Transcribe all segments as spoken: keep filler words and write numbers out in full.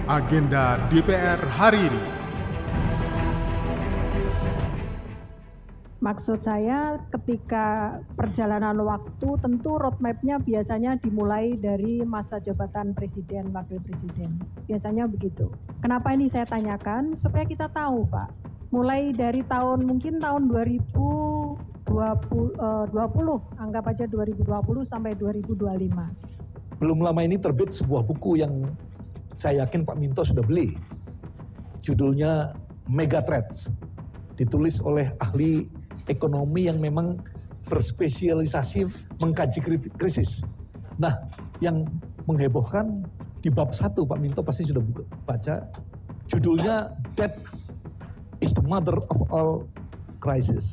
Agenda D P R hari ini. Maksud saya ketika perjalanan waktu tentu roadmap-nya biasanya dimulai dari masa jabatan presiden, wakil presiden. Biasanya begitu. Kenapa ini saya tanyakan? Supaya kita tahu Pak, mulai dari tahun mungkin tahun dua ribu dua puluh, anggap aja dua ribu dua puluh sampai dua ribu dua puluh lima. Belum lama ini terbit sebuah buku yang saya yakin Pak Minto sudah beli. Judulnya Mega Trends, ditulis oleh ahli ekonomi yang memang berspesialisasi mengkaji krisis. Nah, yang menghebohkan di bab satu, Pak Minto pasti sudah buka, baca, judulnya Debt is the mother of all crisis.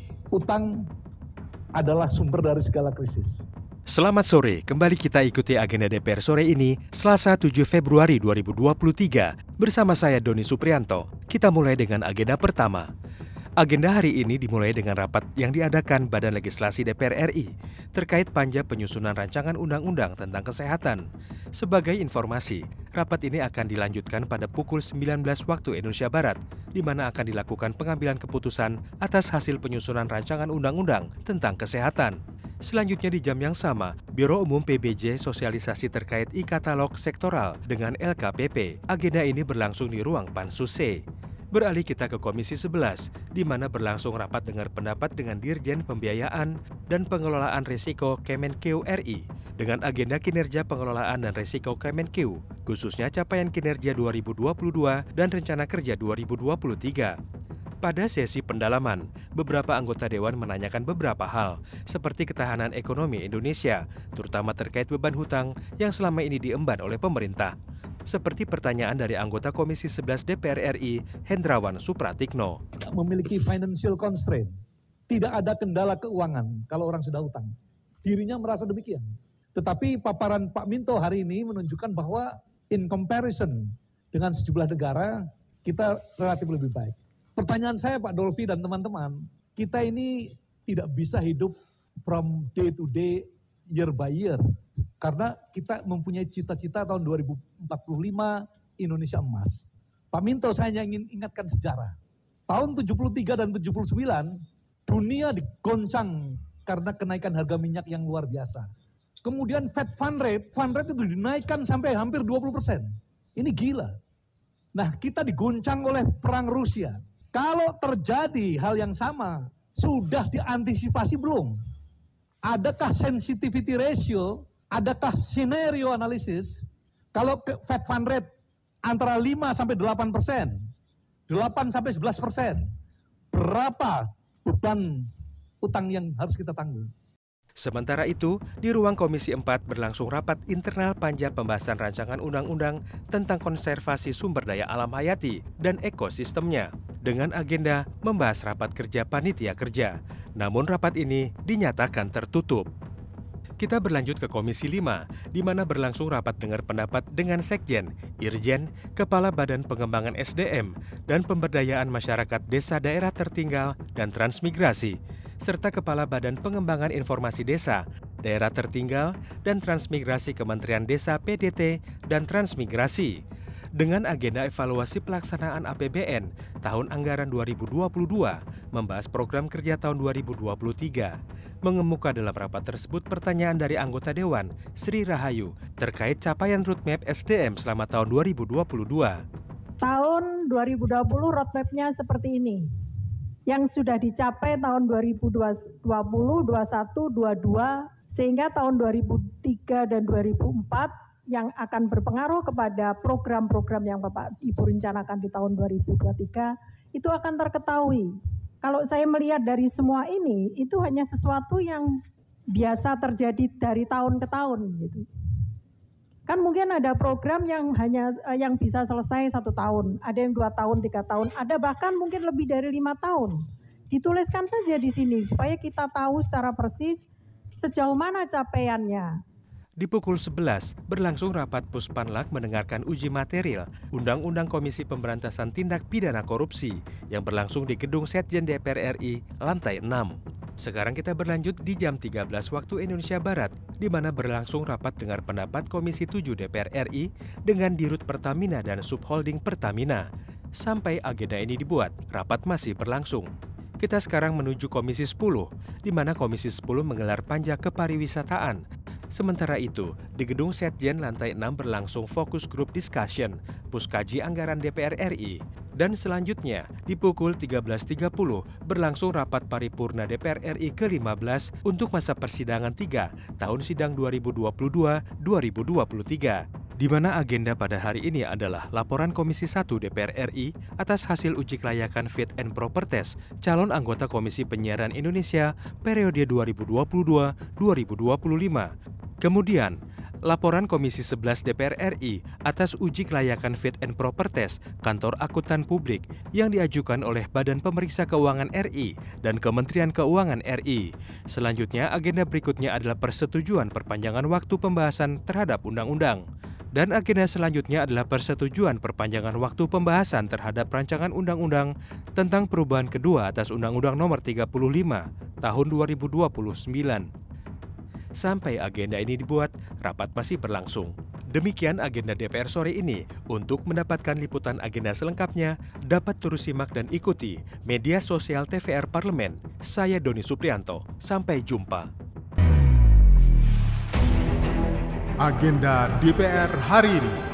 Utang adalah sumber dari segala krisis. Selamat sore, kembali kita ikuti agenda D P R sore ini, Selasa tujuh Februari dua ribu dua puluh tiga, bersama saya Doni Suprianto. Kita mulai dengan agenda pertama. Agenda hari ini dimulai dengan rapat yang diadakan Badan Legislasi D P R R I terkait panja penyusunan rancangan undang-undang tentang kesehatan. Sebagai informasi, rapat ini akan dilanjutkan pada pukul sembilan belas waktu Indonesia Barat, di mana akan dilakukan pengambilan keputusan atas hasil penyusunan rancangan undang-undang tentang kesehatan. Selanjutnya di jam yang sama, Biro Umum P B J sosialisasi terkait e-katalog sektoral dengan L K P P. Agenda ini berlangsung di ruang Pansus C. Beralih kita ke Komisi sebelas, di mana berlangsung rapat dengar pendapat dengan Dirjen Pembiayaan dan Pengelolaan Risiko Kemenkeu R I dengan agenda kinerja pengelolaan dan risiko Kemenkeu, khususnya capaian kinerja dua ribu dua puluh dua dan rencana kerja dua ribu dua puluh tiga. Pada sesi pendalaman, beberapa anggota Dewan menanyakan beberapa hal, seperti ketahanan ekonomi Indonesia, terutama terkait beban hutang yang selama ini diemban oleh pemerintah. Seperti pertanyaan dari anggota Komisi sebelas D P R R I, Hendrawan Supratikno. Memiliki financial constraint, tidak ada kendala keuangan kalau orang sudah hutang. Dirinya merasa demikian. Tetapi paparan Pak Minto hari ini menunjukkan bahwa in comparison dengan sejumlah negara, kita relatif lebih baik. Pertanyaan saya Pak Dolfi dan teman-teman, kita ini tidak bisa hidup from day to day, year by year. Karena kita mempunyai cita-cita tahun dua ribu empat puluh lima Indonesia emas. Pak Minto, saya hanya ingin ingatkan sejarah. Tahun tujuh puluh tiga dan tujuh puluh sembilan, dunia digoncang karena kenaikan harga minyak yang luar biasa. Kemudian Fed Fund Rate, Fund Rate itu dinaikkan sampai hampir dua puluh persen. Ini gila. Nah, kita diguncang oleh perang Rusia. Kalau terjadi hal yang sama, sudah diantisipasi belum? Adakah sensitivity ratio, adakah scenario analisis? Kalau Fed Fund Rate antara lima sampai delapan persen, delapan sampai sebelas persen, berapa beban utang yang harus kita tanggung? Sementara itu, di ruang Komisi empat berlangsung rapat internal panja pembahasan rancangan undang-undang tentang konservasi sumber daya alam hayati dan ekosistemnya dengan agenda membahas rapat kerja panitia kerja. Namun rapat ini dinyatakan tertutup. Kita berlanjut ke Komisi lima, di mana berlangsung rapat dengar pendapat dengan Sekjen, Irjen, Kepala Badan Pengembangan S D M, dan Pemberdayaan Masyarakat Desa Daerah Tertinggal dan Transmigrasi, serta Kepala Badan Pengembangan Informasi Desa, Daerah Tertinggal, dan Transmigrasi Kementerian Desa P D T dan Transmigrasi, dengan agenda evaluasi pelaksanaan A P B N tahun anggaran dua ribu dua puluh dua, membahas program kerja tahun dua ribu dua puluh tiga. Mengemuka dalam rapat tersebut pertanyaan dari anggota Dewan, Sri Rahayu, terkait capaian roadmap S D M selama tahun dua ribu dua puluh dua. Tahun dua ribu dua puluh roadmap-nya seperti ini. Yang sudah dicapai tahun dua ribu dua puluh, dua puluh satu, dua puluh dua, sehingga tahun dua ribu tiga dan dua ribu empat yang akan berpengaruh kepada program-program yang Bapak Ibu rencanakan di tahun dua ribu dua puluh tiga, itu akan terketahui. Kalau saya melihat dari semua ini, itu hanya sesuatu yang biasa terjadi dari tahun ke tahun gitu. Kan mungkin ada program yang hanya yang bisa selesai satu tahun, ada yang dua tahun, tiga tahun, ada bahkan mungkin lebih dari lima tahun. Dituliskan saja di sini supaya kita tahu secara persis sejauh mana capaiannya. Di pukul sebelas, berlangsung rapat Puspanlak mendengarkan uji material Undang-Undang Komisi Pemberantasan Tindak Pidana Korupsi yang berlangsung di Gedung Sekjen D P R R I, lantai enam. Sekarang kita berlanjut di jam tiga belas waktu Indonesia Barat, di mana berlangsung rapat dengar pendapat Komisi tujuh D P R R I dengan Dirut Pertamina dan Subholding Pertamina. Sampai agenda ini dibuat, rapat masih berlangsung. Kita sekarang menuju Komisi sepuluh, di mana Komisi sepuluh menggelar panja kepariwisataan. Sementara itu, di Gedung Setjen lantai enam berlangsung fokus group discussion, Puskaji Anggaran D P R R I. Dan selanjutnya, di pukul tiga belas tiga puluh berlangsung rapat paripurna D P R R I ke lima belas untuk masa persidangan tiga tahun sidang dua ribu dua puluh dua dua ribu dua puluh tiga. Di mana agenda pada hari ini adalah laporan Komisi satu D P R R I atas hasil uji kelayakan fit and proper test calon anggota Komisi Penyiaran Indonesia periode dua ribu dua puluh dua dua ribu dua puluh lima. Kemudian, laporan Komisi sebelas D P R R I atas uji kelayakan fit and proper test Kantor Akuntan Publik yang diajukan oleh Badan Pemeriksa Keuangan R I dan Kementerian Keuangan R I. Selanjutnya, agenda berikutnya adalah persetujuan perpanjangan waktu pembahasan terhadap undang-undang. Dan agenda selanjutnya adalah persetujuan perpanjangan waktu pembahasan terhadap rancangan undang-undang tentang perubahan kedua atas Undang-Undang Nomor tiga puluh lima Tahun dua ribu dua puluh sembilan. Sampai agenda ini dibuat, rapat masih berlangsung. Demikian agenda D P R sore ini. Untuk mendapatkan liputan agenda selengkapnya, dapat terus simak dan ikuti media sosial T V R Parlemen. Saya Doni Suprianto. Sampai jumpa. Agenda D P R hari ini.